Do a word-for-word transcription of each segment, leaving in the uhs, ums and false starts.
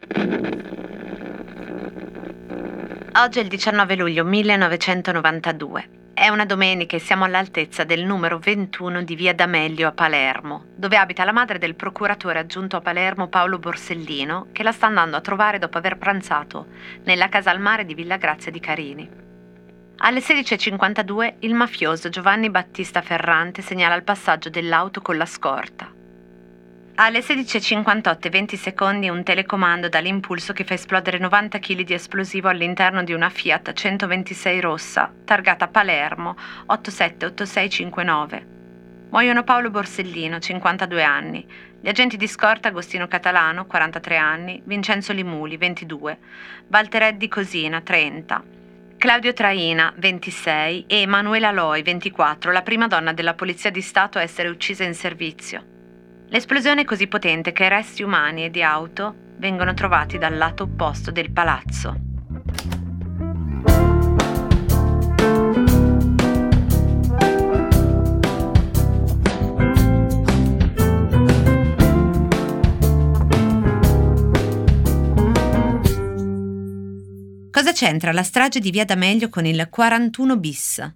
Oggi è il diciannove luglio millenovecentonovantadue. È una domenica e siamo all'altezza del numero ventuno di via D'Amelio a Palermo, dove abita la madre del procuratore aggiunto a Palermo Paolo Borsellino, che la sta andando a trovare dopo aver pranzato nella casa al mare di Villa Grazia di Carini. Alle sedici e cinquantadue il mafioso Giovanni Battista Ferrante segnala il passaggio dell'auto con la scorta. Alle sedici e cinquantotto e venti secondi un telecomando dà l'impulso che fa esplodere novanta chili di esplosivo all'interno di una Fiat centoventisei rossa, targata Palermo otto sette otto sei cinque nove. Muoiono Paolo Borsellino, cinquantadue anni, gli agenti di scorta Agostino Catalano, quarantatré anni, Vincenzo Limuli, ventidue, Valtereddi Cosina, trenta, Claudio Traina, ventisei e Emanuela Loi, ventiquattro, la prima donna della Polizia di Stato a essere uccisa in servizio. L'esplosione è così potente che resti umani e di auto vengono trovati dal lato opposto del palazzo. Cosa c'entra la strage di via D'Amelio con il quarantuno bis?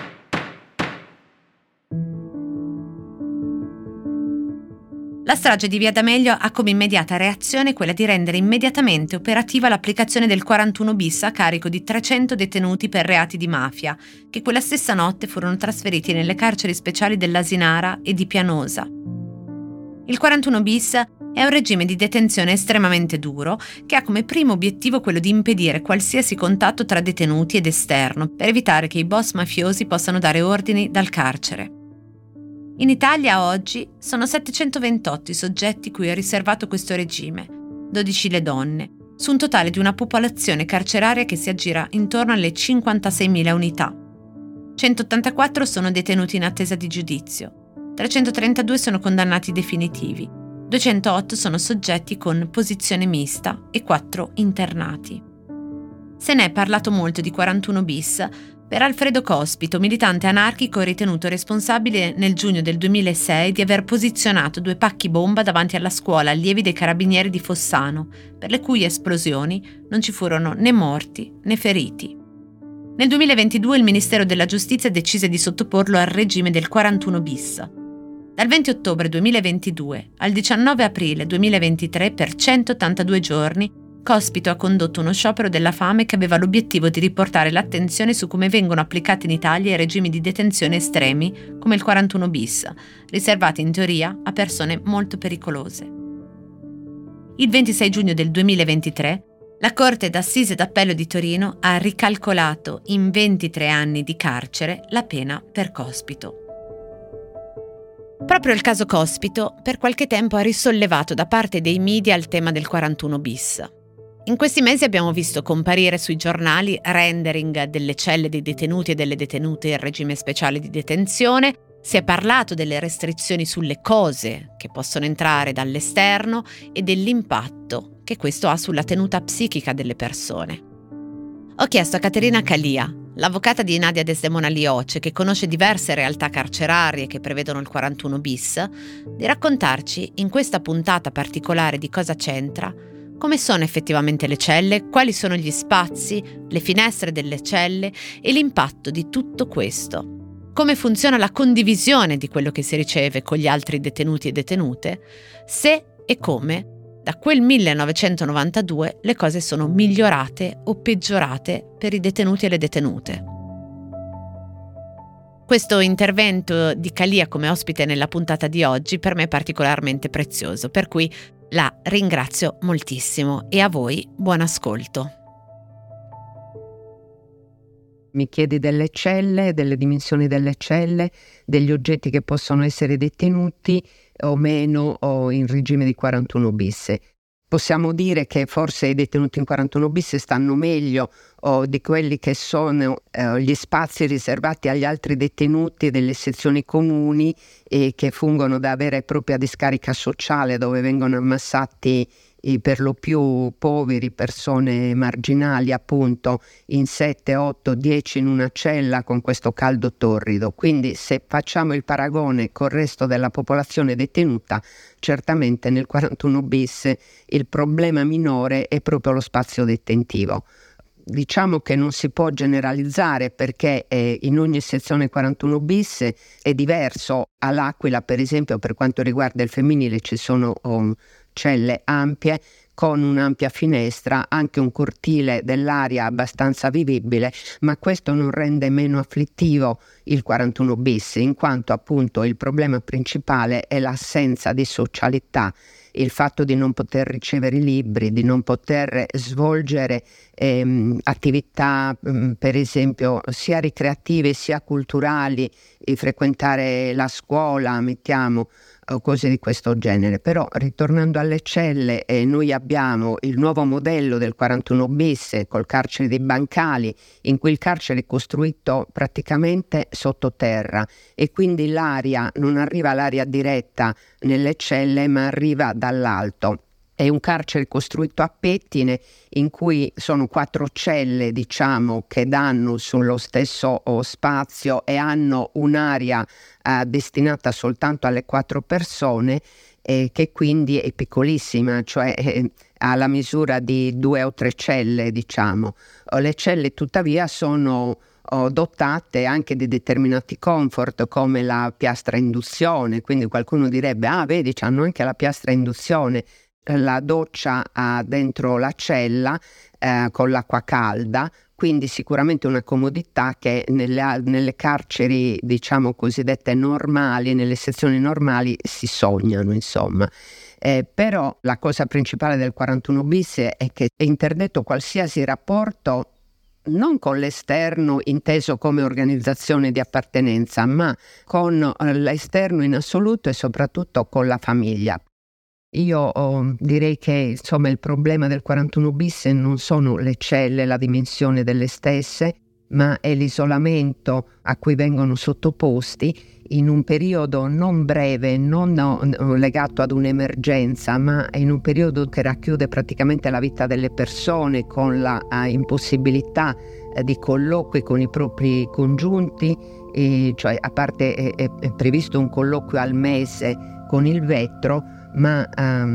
La strage di via D'Amelio ha come immediata reazione quella di rendere immediatamente operativa l'applicazione del quarantuno bis a carico di trecento detenuti per reati di mafia, che quella stessa notte furono trasferiti nelle carceri speciali dell'Asinara e di Pianosa. Il quarantuno bis è un regime di detenzione estremamente duro che ha come primo obiettivo quello di impedire qualsiasi contatto tra detenuti ed esterno, per evitare che i boss mafiosi possano dare ordini dal carcere. In Italia oggi sono settecentoventotto i soggetti cui è riservato questo regime, dodici le donne, su un totale di una popolazione carceraria che si aggira intorno alle cinquantaseimila unità. centottantaquattro sono detenuti in attesa di giudizio, trecentotrentadue sono condannati definitivi, duecentootto sono soggetti con posizione mista e quattro internati. Se ne è parlato molto di quarantuno bis per Alfredo Cospito, militante anarchico ritenuto responsabile nel giugno del duemilasei di aver posizionato due pacchi bomba davanti alla scuola allievi dei carabinieri di Fossano, per le cui esplosioni non ci furono né morti né feriti. Nel duemilaventidue il Ministero della Giustizia decise di sottoporlo al regime del quarantuno bis. Dal venti ottobre duemilaventidue al diciannove aprile duemilaventitré, per centottantadue giorni, Cospito ha condotto uno sciopero della fame che aveva l'obiettivo di riportare l'attenzione su come vengono applicati in Italia i regimi di detenzione estremi come il quarantuno bis, riservati in teoria a persone molto pericolose. Il ventisei giugno del duemilaventitré la Corte d'Assise d'Appello di Torino ha ricalcolato in ventitré anni di carcere la pena per Cospito. Proprio il caso Cospito per qualche tempo ha risollevato da parte dei media il tema del quarantuno bis. In questi mesi abbiamo visto comparire sui giornali rendering delle celle dei detenuti e delle detenute in regime speciale di detenzione, si è parlato delle restrizioni sulle cose che possono entrare dall'esterno e dell'impatto che questo ha sulla tenuta psichica delle persone. Ho chiesto a Caterina Calia, l'avvocata di Nadia Desdemona Lioce, che conosce diverse realtà carcerarie che prevedono il quarantuno bis, di raccontarci in questa puntata particolare di Cosa c'entra, come sono effettivamente le celle, quali sono gli spazi, le finestre delle celle e l'impatto di tutto questo. Come funziona la condivisione di quello che si riceve con gli altri detenuti e detenute, se e come da quel millenovecentonovantadue le cose sono migliorate o peggiorate per i detenuti e le detenute. Questo intervento di Calia come ospite nella puntata di oggi per me è particolarmente prezioso, per cui la ringrazio moltissimo e a voi buon ascolto. Mi chiedi delle celle, delle dimensioni delle celle, degli oggetti che possono essere detenuti o meno o in regime di quarantuno bis. Possiamo dire che forse i detenuti in quarantuno bis stanno meglio o di quelli che sono eh, gli spazi riservati agli altri detenuti delle sezioni comuni e che fungono da vera e propria discarica sociale dove vengono ammassati i per lo più poveri, persone marginali appunto, in sette, otto, dieci in una cella con questo caldo torrido. Quindi se facciamo il paragone col resto della popolazione detenuta, certamente nel quarantuno bis il problema minore è proprio lo spazio detentivo. Diciamo che non si può generalizzare perché eh, in ogni sezione quarantuno bis è diverso. All'Aquila, per esempio, per quanto riguarda il femminile ci sono oh, celle ampie con un'ampia finestra, anche un cortile dell'aria abbastanza vivibile, ma questo non rende meno afflittivo il quarantuno bis, in quanto appunto il problema principale è l'assenza di socialità, il fatto di non poter ricevere i libri, di non poter svolgere ehm, attività mh, per esempio sia ricreative sia culturali, e frequentare la scuola, mettiamo, o cose di questo genere. Però ritornando alle celle, eh, noi abbiamo il nuovo modello del quarantuno bis col carcere dei bancali, in cui il carcere è costruito praticamente sottoterra e quindi l'aria non arriva l'aria diretta nelle celle ma arriva dall'alto. È un carcere costruito a pettine in cui sono quattro celle, diciamo, che danno sullo stesso oh, spazio e hanno un'area eh, destinata soltanto alle quattro persone, eh, che quindi è piccolissima, cioè eh, ha la misura di due o tre celle, diciamo. Le celle tuttavia sono oh, dotate anche di determinati comfort come la piastra a induzione, quindi qualcuno direbbe ah vedi c'hanno anche la piastra a induzione. La doccia ha dentro la cella eh, con l'acqua calda, quindi sicuramente una comodità che nelle, nelle carceri diciamo cosiddette normali, nelle sezioni normali si sognano insomma. Eh, però la cosa principale del quarantuno bis è che è interdetto qualsiasi rapporto non con l'esterno inteso come organizzazione di appartenenza, ma con l'esterno in assoluto e soprattutto con la famiglia. Io oh, direi che insomma il problema del quarantuno bis non sono le celle, la dimensione delle stesse, ma è l'isolamento a cui vengono sottoposti in un periodo non breve, non no, legato ad un'emergenza, ma in un periodo che racchiude praticamente la vita delle persone con la uh, impossibilità uh, di colloqui con i propri congiunti, e, cioè a parte è, è, è previsto un colloquio al mese con il vetro, ma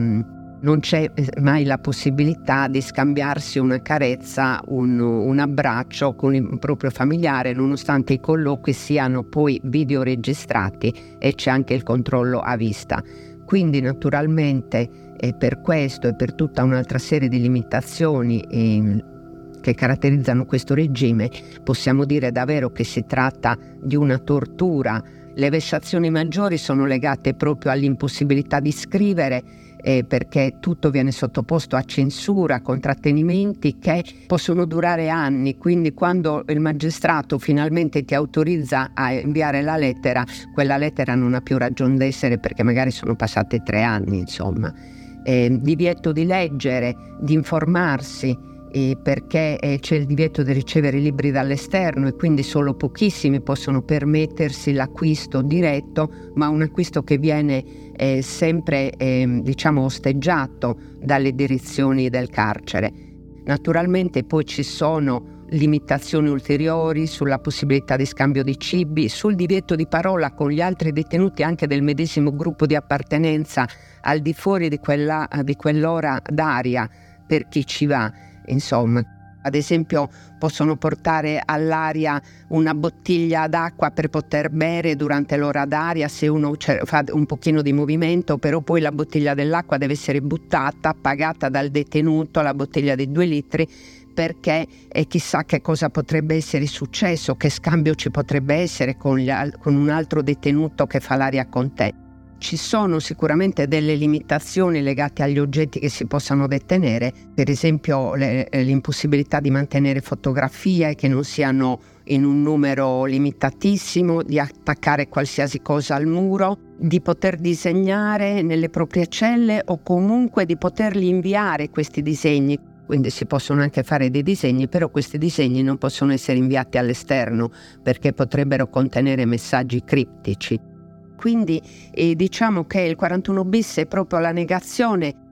um, non c'è mai la possibilità di scambiarsi una carezza, un, un abbraccio con il proprio familiare, nonostante i colloqui siano poi videoregistrati e c'è anche il controllo a vista. Quindi naturalmente e per questo e per tutta un'altra serie di limitazioni eh, che caratterizzano questo regime, possiamo dire davvero che si tratta di una tortura. Le vessazioni maggiori sono legate proprio all'impossibilità di scrivere, eh, perché tutto viene sottoposto a censura, con trattenimenti che possono durare anni, quindi quando il magistrato finalmente ti autorizza a inviare la lettera, quella lettera non ha più ragione d'essere perché magari sono passate tre anni, insomma. Eh, divieto di leggere, di informarsi, E perché eh, c'è il divieto di ricevere libri dall'esterno e quindi solo pochissimi possono permettersi l'acquisto diretto, ma un acquisto che viene eh, sempre eh, diciamo osteggiato dalle direzioni del carcere. Naturalmente poi ci sono limitazioni ulteriori sulla possibilità di scambio di cibi, sul divieto di parola con gli altri detenuti anche del medesimo gruppo di appartenenza al di fuori di, quella, di quell'ora d'aria per chi ci va. Insomma, ad esempio possono portare all'aria una bottiglia d'acqua per poter bere durante l'ora d'aria se uno fa un pochino di movimento, però poi la bottiglia dell'acqua deve essere buttata, pagata dal detenuto, la bottiglia di due litri, perché e chissà che cosa potrebbe essere successo, che scambio ci potrebbe essere con, gli, con un altro detenuto che fa l'aria con te. Ci sono sicuramente delle limitazioni legate agli oggetti che si possano detenere, per esempio le, l'impossibilità di mantenere fotografie che non siano in un numero limitatissimo, di attaccare qualsiasi cosa al muro, di poter disegnare nelle proprie celle o comunque di poterli inviare questi disegni. Quindi si possono anche fare dei disegni, però questi disegni non possono essere inviati all'esterno perché potrebbero contenere messaggi criptici. Quindi eh, diciamo che il quarantuno bis è proprio la negazione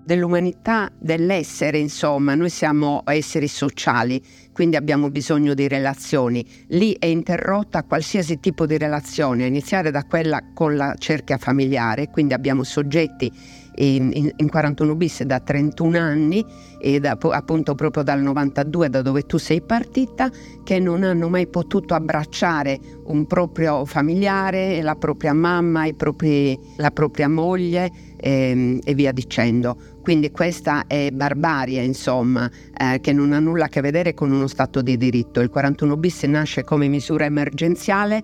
dell'umanità, dell'essere, insomma. Noi siamo esseri sociali, quindi abbiamo bisogno di relazioni. Lì è interrotta qualsiasi tipo di relazione, a iniziare da quella con la cerchia familiare, quindi abbiamo soggetti in, in, in quarantuno bis da trentuno anni e da, appunto proprio dal novantadue, da dove tu sei partita, che non hanno mai potuto abbracciare un proprio familiare, la propria mamma, i propri, la propria moglie e, e via dicendo. Quindi questa è barbarie, insomma, eh, che non ha nulla a che vedere con uno Stato di diritto. Il quarantuno bis nasce come misura emergenziale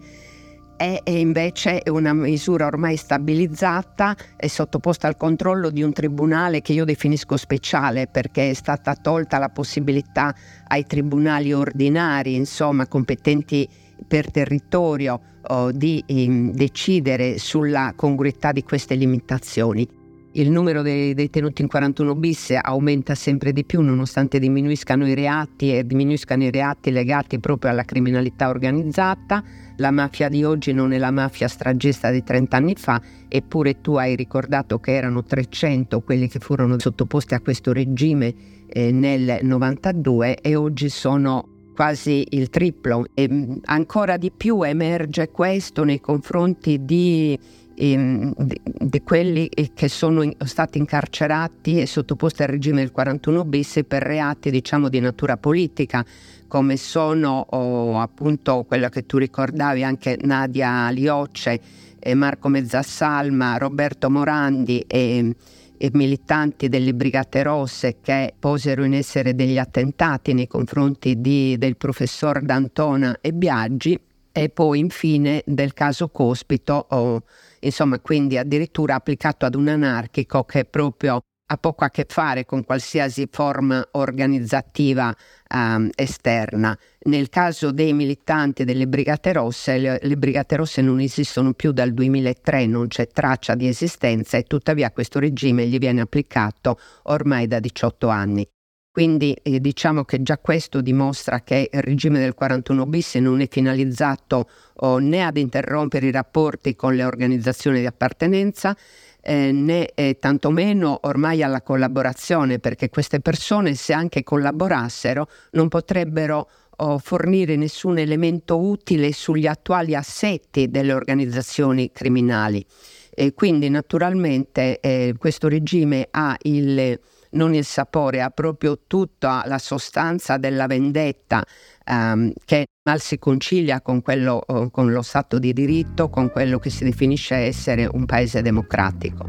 e, e invece è una misura ormai stabilizzata e sottoposta al controllo di un tribunale che io definisco speciale, perché è stata tolta la possibilità ai tribunali ordinari, insomma, competenti per territorio, oh, di eh, decidere sulla congruità di queste limitazioni. Il numero dei detenuti in quarantuno bis aumenta sempre di più nonostante diminuiscano i reati e diminuiscano i reati legati proprio alla criminalità organizzata. La mafia di oggi non è la mafia stragista di trenta anni fa, eppure tu hai ricordato che erano trecento quelli che furono sottoposti a questo regime eh, nel novantadue e oggi sono quasi il triplo. E ancora di più emerge questo nei confronti di Di, di quelli che sono in, stati incarcerati e sottoposti al regime del quarantuno bis per reati, diciamo, di natura politica, come sono oh, appunto quello che tu ricordavi, anche Nadia Liocce, eh, Marco Mezzassalma, Roberto Morandi e, e militanti delle Brigate Rosse che posero in essere degli attentati nei confronti di, del professor D'Antona e Biaggi, e poi infine del caso Cospito, oh, insomma, quindi addirittura applicato ad un anarchico che proprio ha poco a che fare con qualsiasi forma organizzativa um, esterna. Nel caso dei militanti delle Brigate Rosse, le, le Brigate Rosse non esistono più dal duemilatré, non c'è traccia di esistenza e tuttavia questo regime gli viene applicato ormai da diciotto anni. Quindi eh, diciamo che già questo dimostra che il regime del quarantuno bis non è finalizzato oh, né ad interrompere i rapporti con le organizzazioni di appartenenza, eh, né eh, tantomeno ormai alla collaborazione, perché queste persone, se anche collaborassero, non potrebbero oh, fornire nessun elemento utile sugli attuali assetti delle organizzazioni criminali. E quindi naturalmente eh, questo regime ha il... non il sapore, ha proprio tutta la sostanza della vendetta um, che mal si concilia con, quello, uh, con lo Stato di diritto, con quello che si definisce essere un paese democratico.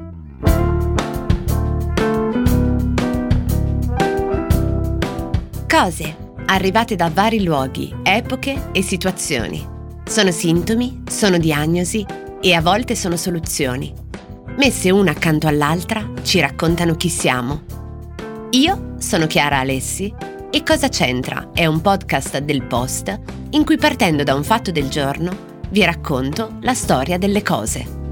Cose arrivate da vari luoghi, epoche e situazioni. Sono sintomi, sono diagnosi e a volte sono soluzioni. Messe una accanto all'altra ci raccontano chi siamo. Io sono Chiara Alessi e Cosa c'entra è un podcast del Post in cui, partendo da un fatto del giorno, vi racconto la storia delle cose.